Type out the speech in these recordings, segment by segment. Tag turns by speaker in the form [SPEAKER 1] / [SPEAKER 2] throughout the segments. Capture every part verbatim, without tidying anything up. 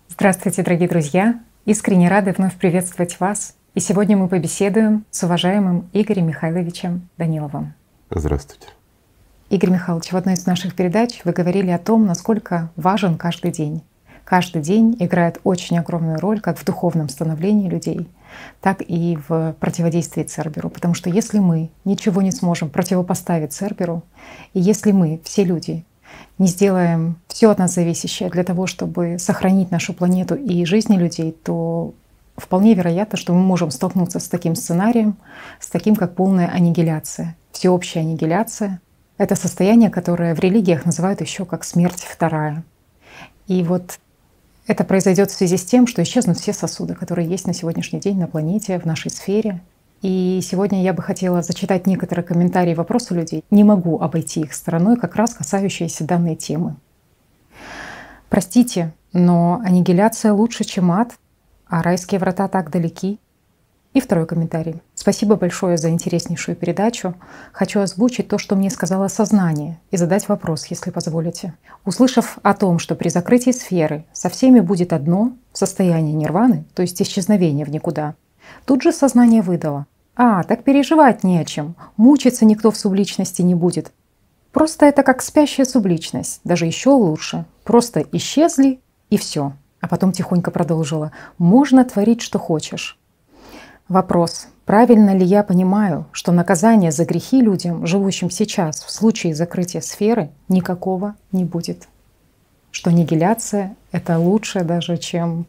[SPEAKER 1] Здравствуйте, дорогие друзья! Искренне рады вновь приветствовать вас. И сегодня мы побеседуем с уважаемым Игорем Михайловичем Даниловым.
[SPEAKER 2] Здравствуйте.
[SPEAKER 1] Игорь Михайлович, в одной из наших передач вы говорили о том, насколько важен каждый день. Каждый день играет очень огромную роль как в духовном становлении людей, так и в противодействии Церберу. Потому что если мы ничего не сможем противопоставить Церберу, и если мы, все люди, не сделаем все от нас зависящее для того, чтобы сохранить нашу планету и жизни людей, то вполне вероятно, что мы можем столкнуться с таким сценарием, с таким, как полная аннигиляция. Всеобщая аннигиляция — это состояние, которое в религиях называют еще как смерть вторая. И вот это произойдет в связи с тем, что исчезнут все сосуды, которые есть на сегодняшний день на планете, в нашей сфере. И сегодня я бы хотела зачитать некоторые комментарии и вопросы людей. Не могу обойти их стороной, как раз касающиеся данной темы. Простите, но аннигиляция лучше, чем ад, а райские врата так далеки. И второй комментарий. Спасибо большое за интереснейшую передачу. Хочу озвучить то, что мне сказало сознание, и задать вопрос, если позволите. Услышав о том, что при закрытии сферы со всеми будет одно в состоянии нирваны, то есть исчезновение в никуда, тут же сознание выдало: «А, так переживать не о чем, мучиться никто в субличности не будет. Просто это как спящая субличность, даже еще лучше. Просто исчезли и все». А потом тихонько продолжила: «Можно творить, что хочешь». Вопрос: правильно ли я понимаю, что наказание за грехи людям, живущим сейчас в случае закрытия сферы, никакого не будет? Что аннигиляция — это лучше даже, чем…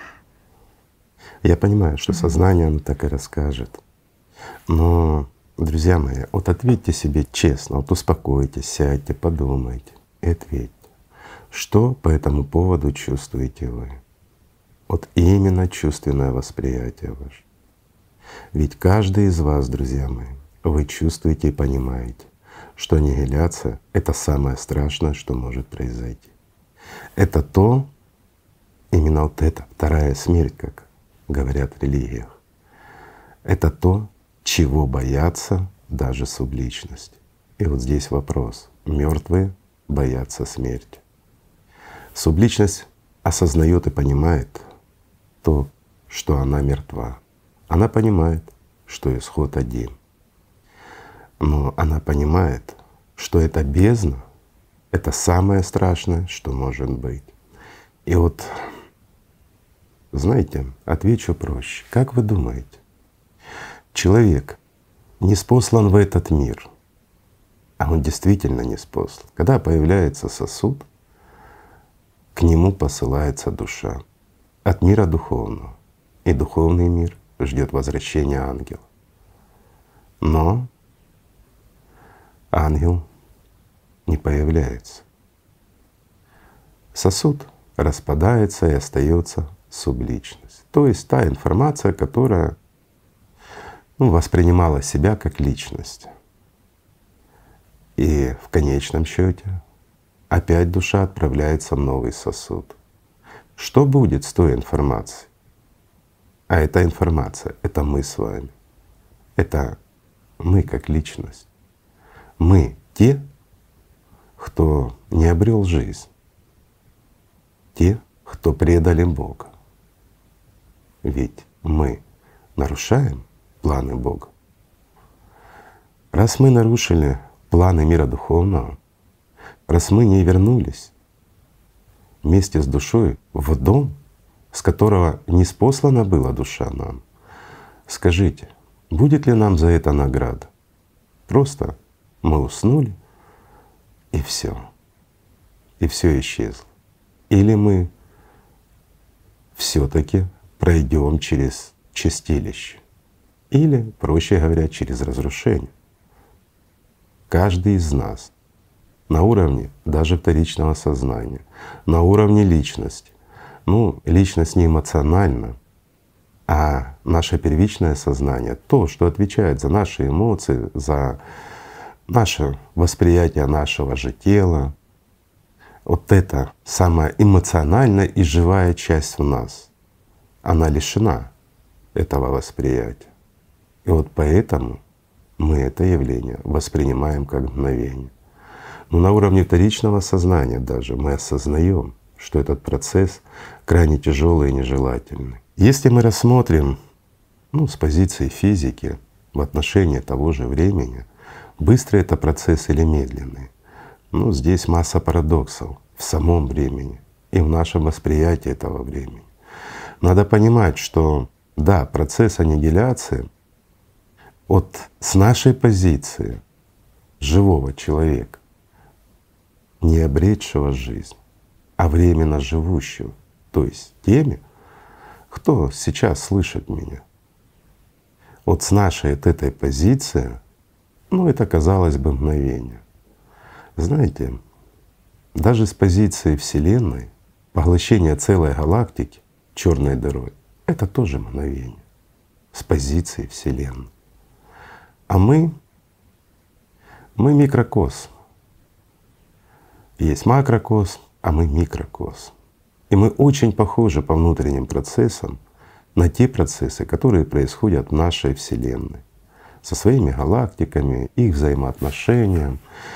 [SPEAKER 2] Я понимаю, что сознание оно так и расскажет. Но, друзья мои, вот ответьте себе честно, вот успокойтесь, сядьте, подумайте и ответьте, что по этому поводу чувствуете вы. Вот именно чувственное восприятие ваше. Ведь каждый из вас, друзья мои, вы чувствуете и понимаете, что аннигиляция — это самое страшное, что может произойти. Это то, именно вот это, вторая смерть, как говорят в религиях. Это то, чего боятся даже субличности. И вот здесь вопрос. Мертвые боятся смерти. Субличность осознает и понимает то, что она мертва. Она понимает, что исход один. Но она понимает, что эта бездна — это самое страшное, что может быть. И вот, знаете, отвечу проще. Как вы думаете, человек ниспослан в этот мир, а он действительно ниспослан. Когда появляется сосуд, к нему посылается душа от мира духовного, и духовный мир ждет возвращения ангела. Но ангел не появляется. Сосуд распадается и остается субличность, то есть та информация, которая ну, воспринимала себя как личность. И в конечном счете опять душа отправляется в новый сосуд. Что будет с той информацией? А эта информация — это мы с вами. Это мы как личность. Мы те, кто не обрел жизнь, те, кто предали Бога. Ведь мы нарушаем планы Бога. Раз мы нарушили планы мира духовного, раз мы не вернулись вместе с душой в дом, с которого ниспослана была душа нам, скажите, будет ли нам за это награда? Просто мы уснули и все, и все исчезло. Или мы все-таки пройдем через чистилище, или, проще говоря, через разрушение. Каждый из нас на уровне даже вторичного сознания, на уровне личности. Ну, личность не эмоциональна, а наше первичное сознание, то, что отвечает за наши эмоции, за наше восприятие нашего же тела, вот эта самая эмоциональная и живая часть в нас, она лишена этого восприятия. И вот поэтому мы это явление воспринимаем как мгновение. Но на уровне вторичного сознания даже мы осознаем, что этот процесс крайне тяжелый и нежелательный. Если мы рассмотрим ну, с позиции физики в отношении того же времени, быстрый это процесс или медленный, ну здесь масса парадоксов в самом времени и в нашем восприятии этого времени. Надо понимать, что да, процесс аннигиляции от с нашей позиции живого человека, не обретшего жизнь, а временно живущего, то есть теми, кто сейчас слышит меня. Вот с нашей от этой позиции, ну это казалось бы мгновение. Знаете, даже с позиции Вселенной поглощение целой галактики черной дырой — это тоже мгновение с позиции Вселенной. А мы, мы микрокосм. Есть макрокосм, а мы микрокосм. И мы очень похожи по внутренним процессам на те процессы, которые происходят в нашей Вселенной, со своими галактиками, их взаимоотношением.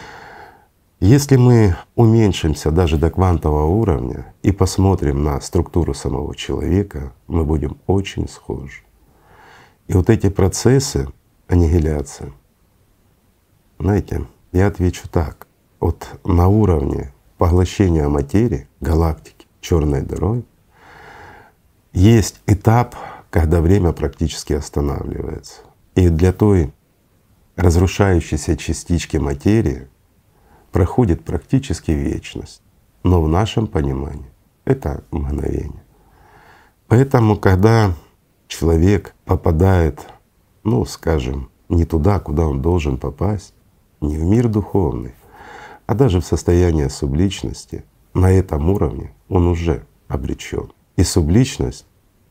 [SPEAKER 2] Если мы уменьшимся даже до квантового уровня и посмотрим на структуру самого человека, мы будем очень схожи. И вот эти процессы аннигиляции, знаете, я отвечу так. Вот на уровне поглощения материи, галактики, черной дырой, есть этап, когда время практически останавливается. И для той разрушающейся частички материи проходит практически вечность. Но в нашем понимании это мгновение. Поэтому, когда человек попадает, ну скажем, не туда, куда он должен попасть, не в мир духовный, а даже в состояние субличности, на этом уровне он уже обречен. И субличность,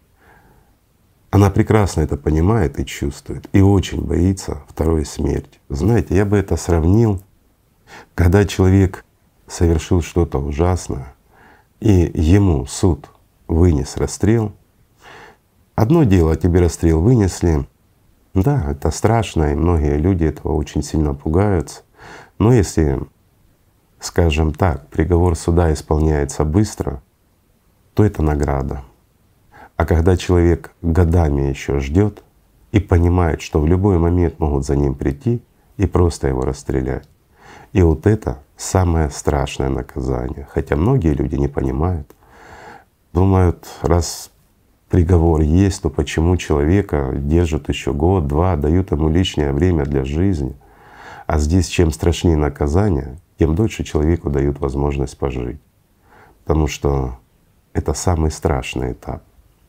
[SPEAKER 2] она прекрасно это понимает и чувствует, и очень боится второй смерти. Знаете, я бы это сравнил, когда человек совершил что-то ужасное, и ему суд вынес расстрел. Одно дело, тебе расстрел вынесли, да, это страшно, и многие люди этого очень сильно пугаются. Но если, скажем так, приговор суда исполняется быстро, то это награда. А когда человек годами еще ждет и понимает, что в любой момент могут за ним прийти и просто его расстрелять, и вот это самое страшное наказание. Хотя многие люди не понимают, думают, раз приговор есть, то почему человека держат еще год, два, дают ему лишнее время для жизни. А здесь чем страшнее наказание, тем дольше человеку дают возможность пожить. Потому что это самый страшный этап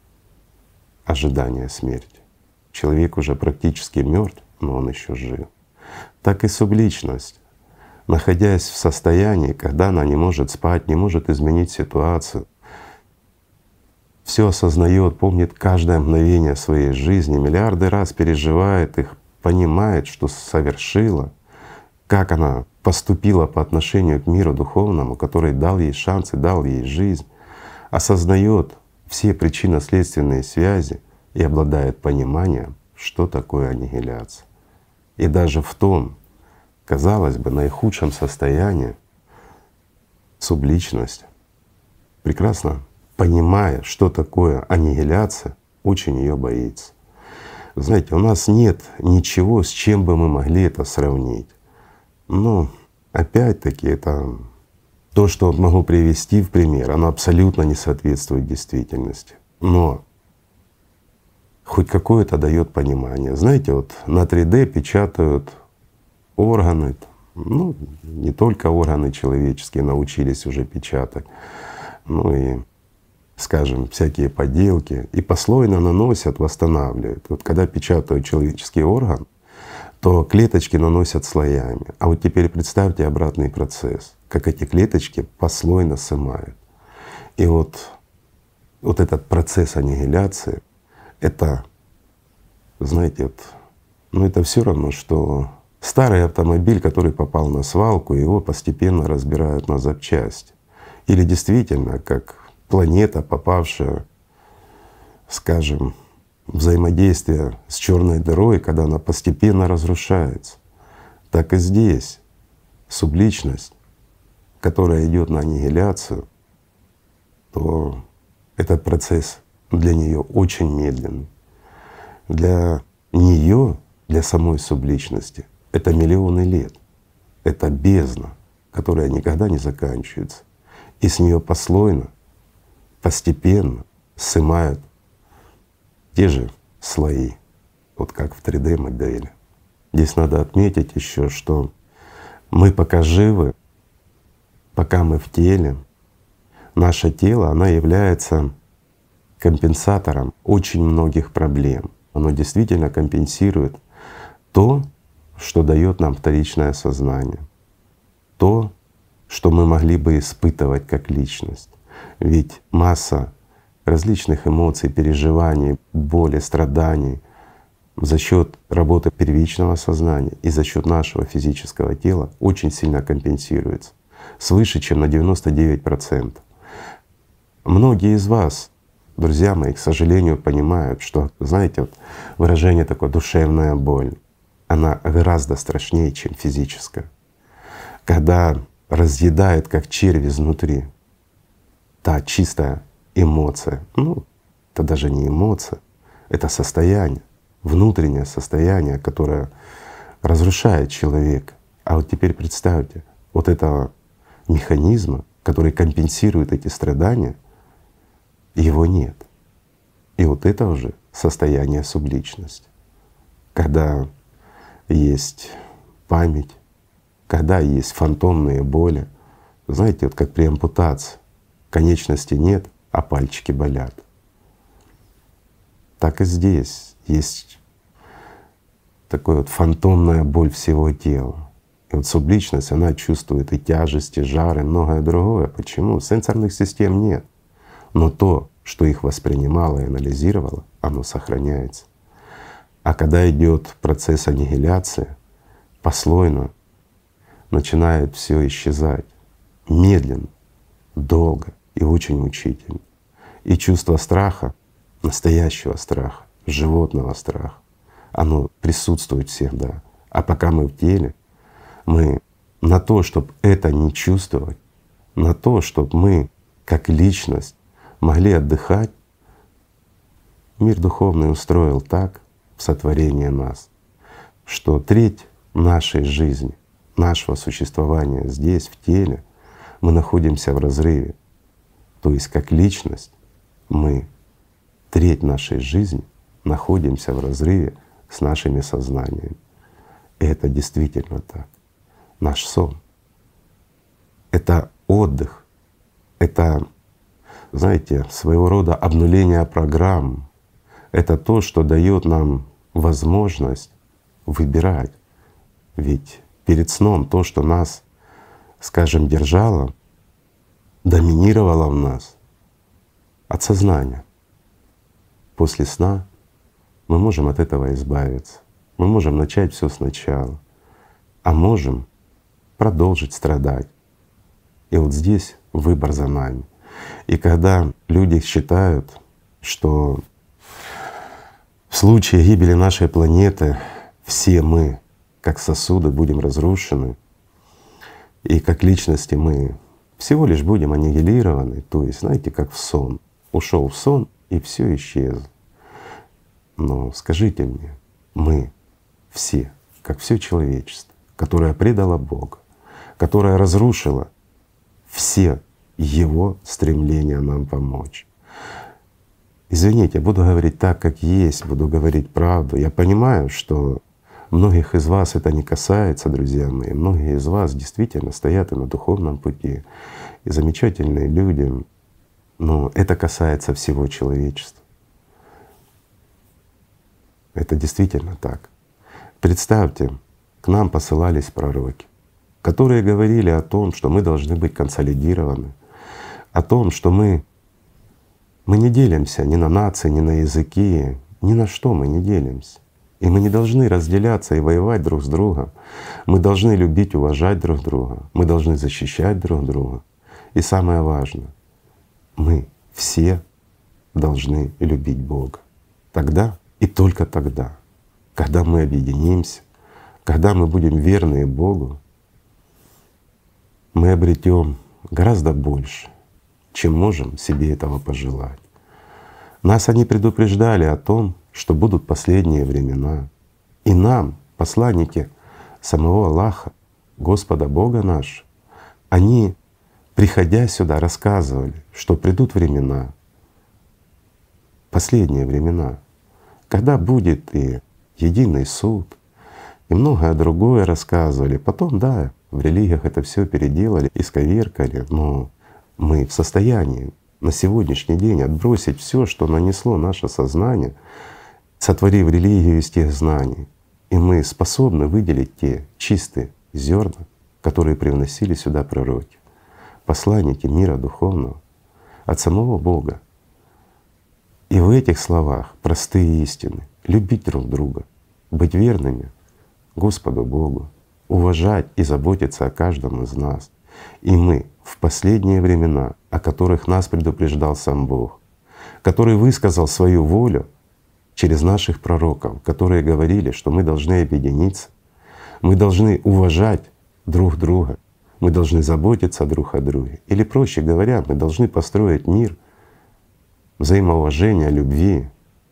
[SPEAKER 2] ожидания смерти. Человек уже практически мертв, но он еще жив. Так и субличность, находясь в состоянии, когда она не может спать, не может изменить ситуацию, все осознает, помнит каждое мгновение своей жизни, миллиарды раз переживает их, понимает, что совершила, как она поступила по отношению к миру духовному, который дал ей шанс и дал ей жизнь, осознает все причинно-следственные связи и обладает пониманием, что такое аннигиляция. И даже в том, казалось бы, наихудшем состоянии субличность, прекрасно понимая, что такое аннигиляция, очень ее боится. Знаете, у нас нет ничего, с чем бы мы могли это сравнить. Но опять-таки это то, что могу привести в пример, оно абсолютно не соответствует действительности. Но хоть какое-то дает понимание. Знаете, вот на три дэ печатают органы, ну не только органы человеческие научились уже печатать, ну и, скажем, всякие поделки, и послойно наносят, восстанавливают. Вот когда печатают человеческий орган, то клеточки наносят слоями. А вот теперь представьте обратный процесс, как эти клеточки послойно сымают. И вот, вот этот процесс аннигиляции — это, знаете, вот, ну это все равно, что старый автомобиль, который попал на свалку, его постепенно разбирают на запчасти. Или действительно, как планета, попавшая, скажем, взаимодействие с черной дырой, когда она постепенно разрушается, так и здесь субличность, которая идет на аннигиляцию, то этот процесс для нее очень медленный. Для нее, для самой субличности, это миллионы лет, это бездна, которая никогда не заканчивается. И с нее послойно, постепенно ссымают те же слои, вот как в три дэ модели. Здесь надо отметить еще, что мы пока живы, пока мы в теле, наше тело, оно является компенсатором очень многих проблем. Оно действительно компенсирует то, что дает нам вторичное сознание, то, что мы могли бы испытывать как личность. Ведь масса различных эмоций, переживаний, боли, страданий за счет работы первичного сознания и за счет нашего физического тела очень сильно компенсируется, свыше чем на девяносто девять процентов. Многие из вас, друзья мои, к сожалению, понимают, что, знаете, вот выражение такое «душевная боль», она гораздо страшнее, чем физическая. Когда разъедает как червь изнутри та чистая эмоция, ну это даже не эмоция, это состояние, внутреннее состояние, которое разрушает человека. А вот теперь представьте, вот этого механизма, который компенсирует эти страдания, его нет. И вот это уже состояние субличности, когда есть память, когда есть фантомные боли. Знаете, вот как при ампутации, конечности нет, а пальчики болят. Так и здесь есть такая вот фантомная боль всего тела. И вот субличность, она чувствует и тяжесть, и жар, и многое другое. Почему? Сенсорных систем нет. Но то, что их воспринимало и анализировало, оно сохраняется. А когда идет процесс аннигиляции, послойно начинает все исчезать, медленно, долго и очень мучительно. И чувство страха, настоящего страха, животного страха, оно присутствует всегда. А пока мы в теле, мы на то, чтобы это не чувствовать, на то, чтобы мы как личность могли отдыхать, мир духовный устроил так в сотворении нас, что треть нашей жизни, нашего существования здесь, в теле, мы находимся в разрыве. То есть как личность мы треть нашей жизни находимся в разрыве с нашими сознаниями. И это действительно так. Наш сон — это отдых, это, знаете, своего рода обнуление программ. Это то, что дает нам возможность выбирать. Ведь перед сном то, что нас, скажем, держало, доминировало в нас от сознания. После сна мы можем от этого избавиться. Мы можем начать все сначала, а можем продолжить страдать. И вот здесь выбор за нами. И когда люди считают, что в случае гибели нашей планеты все мы, как сосуды, будем разрушены, и как личности мы всего лишь будем аннигилированы, то есть, знаете, как в сон. Ушел в сон и все исчезло. Но скажите мне, мы все, как все человечество, которое предало Бога, которое разрушило все Его стремления нам помочь. Извините, я буду говорить так, как есть, буду говорить правду. Я понимаю, что многих из вас это не касается, друзья мои. Многие из вас действительно стоят и на духовном пути, и замечательные люди. Но это касается всего человечества. Это действительно так. Представьте, к нам посылались пророки, которые говорили о том, что мы должны быть консолидированы, о том, что мы, мы не делимся ни на нации, ни на языки, ни на что мы не делимся. И мы не должны разделяться и воевать друг с другом. Мы должны любить, уважать друг друга, мы должны защищать друг друга. И самое важное, мы все должны любить Бога. Тогда и только тогда, когда мы объединимся, когда мы будем верны Богу, мы обретем гораздо больше, чем можем себе этого пожелать. Нас они предупреждали о том, что будут последние времена. И нам, посланники самого Аллаха, Господа Бога нашего, они, приходя сюда, рассказывали, что придут времена, последние времена, когда будет и единый суд, и многое другое рассказывали. Потом, да, в религиях это все переделали, исковеркали, но мы в состоянии на сегодняшний день отбросить все, что нанесло наше сознание, сотворив религию из тех знаний. И мы способны выделить те чистые зерна, которые привносили сюда пророки, посланники мира духовного от самого Бога. И в этих словах простые истины: любить друг друга, быть верными Господу Богу, уважать и заботиться о каждом из нас. И мы в последние времена, о которых нас предупреждал сам Бог, который высказал свою волю через наших пророков, которые говорили, что мы должны объединиться, мы должны уважать друг друга, мы должны заботиться друг о друге. Или, проще говоря, мы должны построить мир взаимоуважения, любви.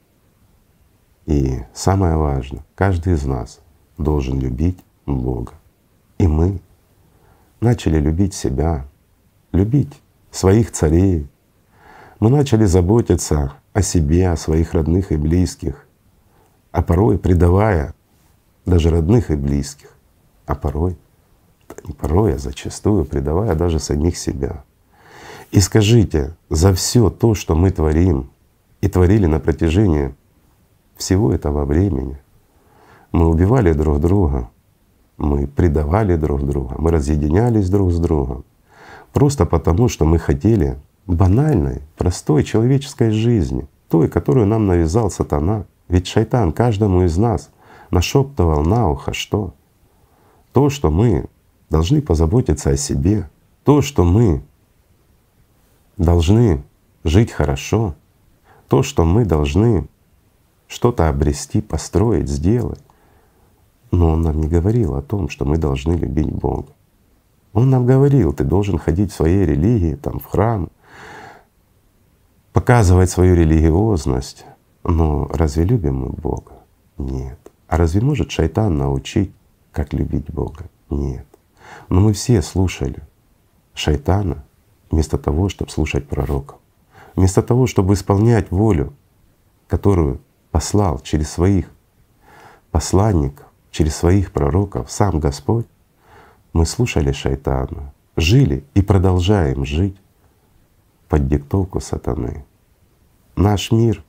[SPEAKER 2] И самое важное, каждый из нас должен любить Бога. И мы начали любить себя, любить своих царей. Мы начали заботиться о себе, о своих родных и близких, а порой предавая даже родных и близких, а порой, не порой, а зачастую предавая даже самих себя. И скажите, за все то, что мы творим и творили на протяжении всего этого времени, мы убивали друг друга, мы предавали друг друга, мы разъединялись друг с другом, просто потому, что мы хотели банальной, простой человеческой жизни, той, которую нам навязал сатана. Ведь шайтан каждому из нас нашептывал на ухо что? То, что мы должны позаботиться о себе, то, что мы должны жить хорошо, то, что мы должны что-то обрести, построить, сделать. Но он нам не говорил о том, что мы должны любить Бога. Он нам говорил: ты должен ходить в своей религии, там, в храм, показывать свою религиозность. Но разве любим мы Бога? Нет. А разве может шайтан научить, как любить Бога? Нет. Но мы все слушали шайтана вместо того, чтобы слушать пророков, вместо того, чтобы исполнять волю, которую послал через своих посланников, через своих пророков сам Господь. Мы слушали шайтана, жили и продолжаем жить под диктовку сатаны. Наш мир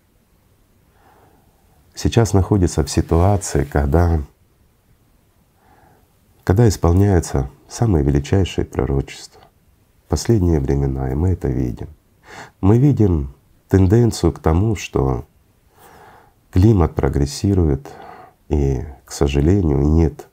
[SPEAKER 2] сейчас находится в ситуации, когда, когда исполняются самые величайшие пророчества в последние времена, и мы это видим. Мы видим тенденцию к тому, что климат прогрессирует, и, к сожалению, нет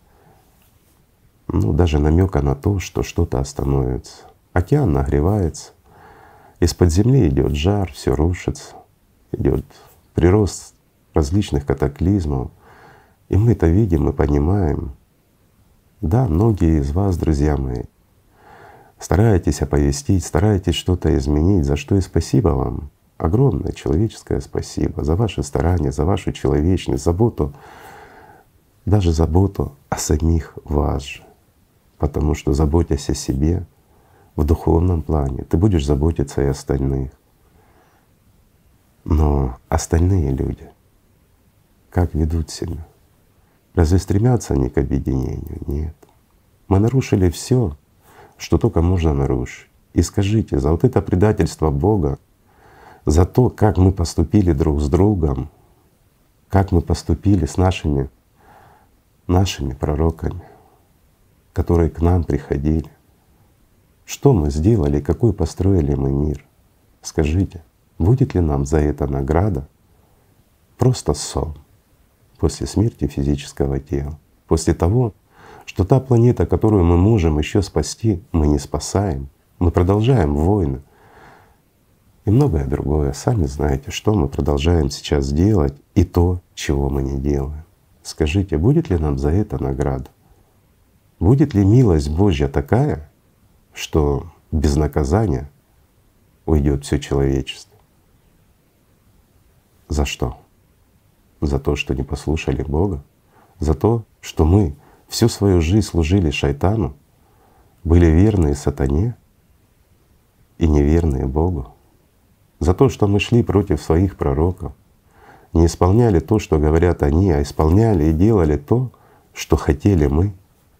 [SPEAKER 2] ну, даже намека на то, что что-то остановится. Океан нагревается, из-под земли идет жар, все рушится, идет прирост различных катаклизмов. И мы это видим и понимаем. Да, многие из вас, друзья мои, стараетесь оповестить, стараетесь что-то изменить, за что и спасибо вам. Огромное человеческое спасибо за ваши старания, за вашу человечность, заботу, даже заботу о самих вас же. Потому что, заботясь о себе в духовном плане, ты будешь заботиться и о остальных. Но остальные люди как ведут себя? Разве стремятся они к объединению? Нет. Мы нарушили все, что только можно нарушить. И скажите, за вот это предательство Бога, за то, как мы поступили друг с другом, как мы поступили с нашими, нашими пророками, которые к нам приходили, что мы сделали, какой построили мы мир? Скажите, будет ли нам за это награда? Просто сон после смерти физического тела, после того, что та планета, которую мы можем еще спасти, мы не спасаем, мы продолжаем войны и многое другое. Сами знаете, что мы продолжаем сейчас делать и то, чего мы не делаем. Скажите, будет ли нам за это награда? Будет ли милость Божья такая, что без наказания уйдет все человечество. За что? За то, что не послушали Бога? За то, что мы всю свою жизнь служили шайтану, были верны сатане и неверные Богу? За то, что мы шли против своих пророков, не исполняли то, что говорят они, а исполняли и делали то, что хотели мы?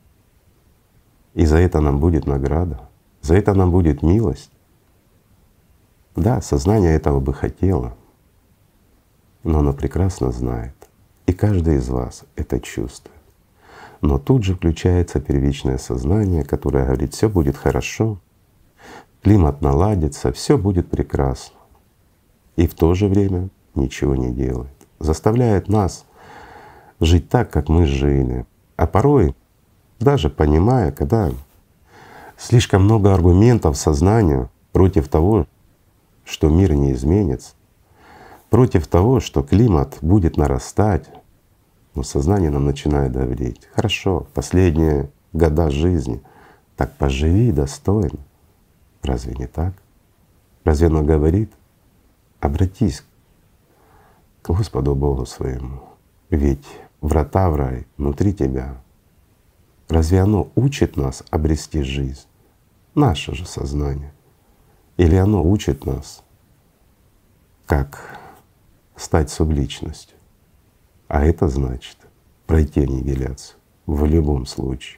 [SPEAKER 2] И за это нам будет награда, за это нам будет милость. Да, сознание этого бы хотело, но оно прекрасно знает, и каждый из вас это чувствует. Но тут же включается первичное сознание, которое говорит: все будет хорошо, климат наладится, все будет прекрасно. И в то же время ничего не делает, заставляет нас жить так, как мы жили. А порой, даже понимая, когда слишком много аргументов сознанию против того, что мир не изменится, против того, что климат будет нарастать, но сознание нам начинает говорить: хорошо, последние года жизни, так поживи достойно. Разве не так? Разве оно говорит: обратись к Господу Богу своему, ведь врата в рай внутри тебя. Разве оно учит нас обрести жизнь? Наше же сознание. Или оно учит нас, как стать субличностью? А это значит пройти аннигиляцию в любом случае.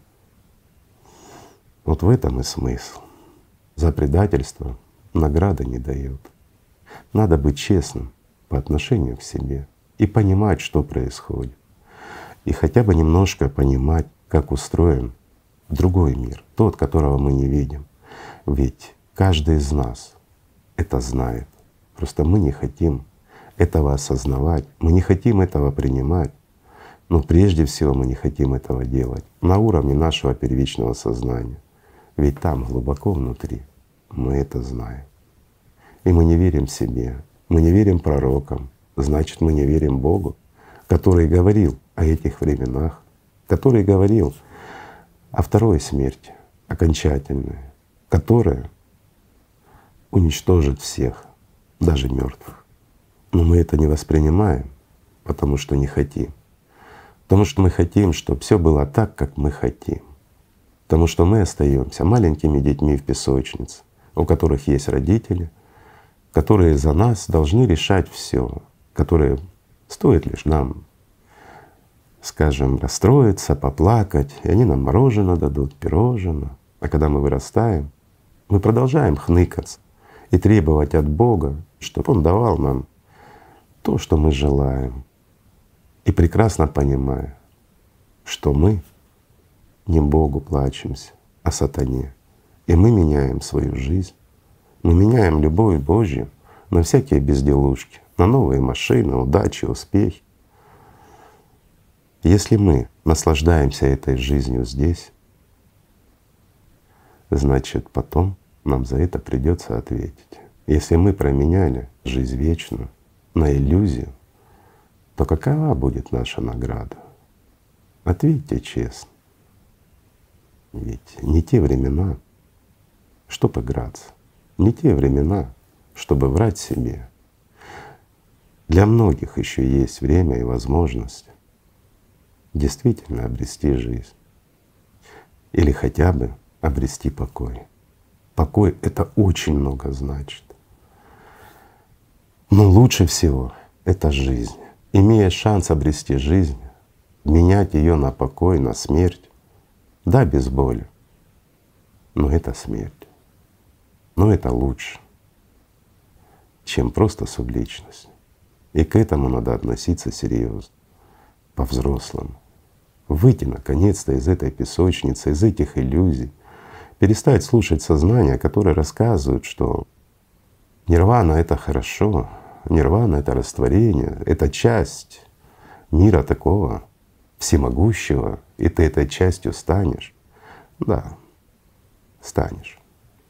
[SPEAKER 2] Вот в этом и смысл. За предательство награда не дает. Надо быть честным по отношению к себе и понимать, что происходит. И хотя бы немножко понимать, как устроен другой мир, тот, которого мы не видим. Ведь каждый из нас это знает. Просто мы не хотим этого осознавать, мы не хотим этого принимать. Но прежде всего мы не хотим этого делать на уровне нашего первичного сознания. Ведь там глубоко внутри мы это знаем. И мы не верим себе, мы не верим пророкам, значит, мы не верим Богу, который говорил о этих временах, который говорил о второй смерти, окончательной, которая уничтожит всех, даже мертвых. Но мы это не воспринимаем, потому что не хотим. Потому что мы хотим, чтобы все было так, как мы хотим. Потому что мы остаемся маленькими детьми в песочнице, у которых есть родители, которые за нас должны решать все, которые стоит лишь нам, скажем, расстроиться, поплакать, и они нам мороженое дадут, пирожное. А когда мы вырастаем, мы продолжаем хныкаться и требовать от Бога, чтобы Он давал нам то, что мы желаем. И прекрасно понимая, что мы не Богу плачемся, а сатане. И мы меняем свою жизнь, мы меняем любовь Божью на всякие безделушки, на новые машины, удачи, успехи. Если мы наслаждаемся этой жизнью здесь, значит, потом нам за это придется ответить. Если мы променяли жизнь вечную на иллюзию, то какова будет наша награда? Ответьте честно. Ведь не те времена, чтобы играться, не те времена, чтобы врать себе. Для многих еще есть время и возможность действительно обрести жизнь или хотя бы обрести покой. Покой — это очень много значит. Но лучше всего — это жизнь. Имея шанс обрести жизнь, менять ее на покой, на смерть, да, без боли, но это смерть. Но это лучше, чем просто субличность. И к этому надо относиться серьезно, по-взрослому. Выйти наконец-то из этой песочницы, из этих иллюзий, перестать слушать сознание, которое рассказывает, что нирвана — это хорошо, нирвана — это растворение, это часть мира такого всемогущего, и ты этой частью станешь. Да, станешь.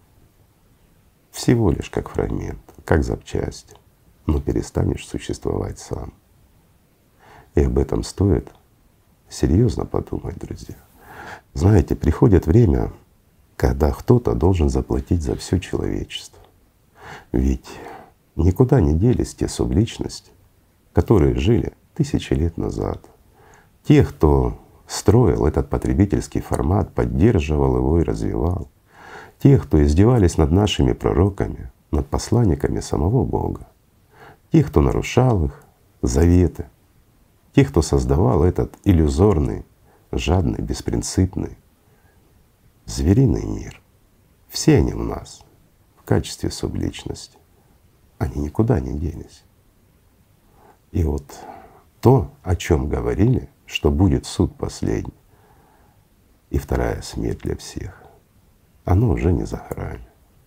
[SPEAKER 2] Всего лишь как фрагмент, как запчасть, но перестанешь существовать сам. И об этом стоит серьезно подумать, друзья. Знаете, приходит время, когда кто-то должен заплатить за все человечество. Ведь никуда не делись те субличности, которые жили тысячи лет назад. Те, кто строил этот потребительский формат, поддерживал его и развивал. Те, кто издевались над нашими пророками, над посланниками самого Бога. Те, кто нарушал их заветы. Те, кто создавал этот иллюзорный, жадный, беспринципный, звериный мир. Все они в нас в качестве субличности. Они никуда не делись. И вот то, о чем говорили, что будет суд последний и вторая смерть для всех, оно уже не за горами.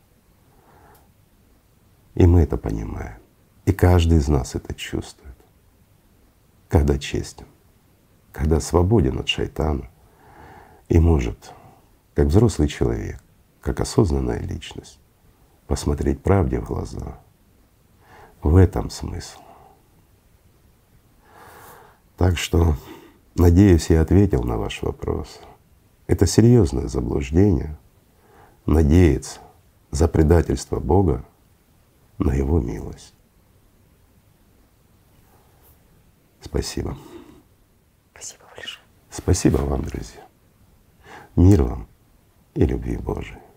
[SPEAKER 2] И мы это понимаем. И каждый из нас это чувствует. Когда честен, когда свободен от шайтана и может, как взрослый человек, как осознанная личность, посмотреть правде в глаза. В этом смысл. Так что, надеюсь, я ответил на ваш вопрос. Это серьезное заблуждение — надеяться за предательство Бога на Его милость. Спасибо.
[SPEAKER 1] Спасибо большое.
[SPEAKER 2] Спасибо вам, друзья. Мир вам и любви Божией.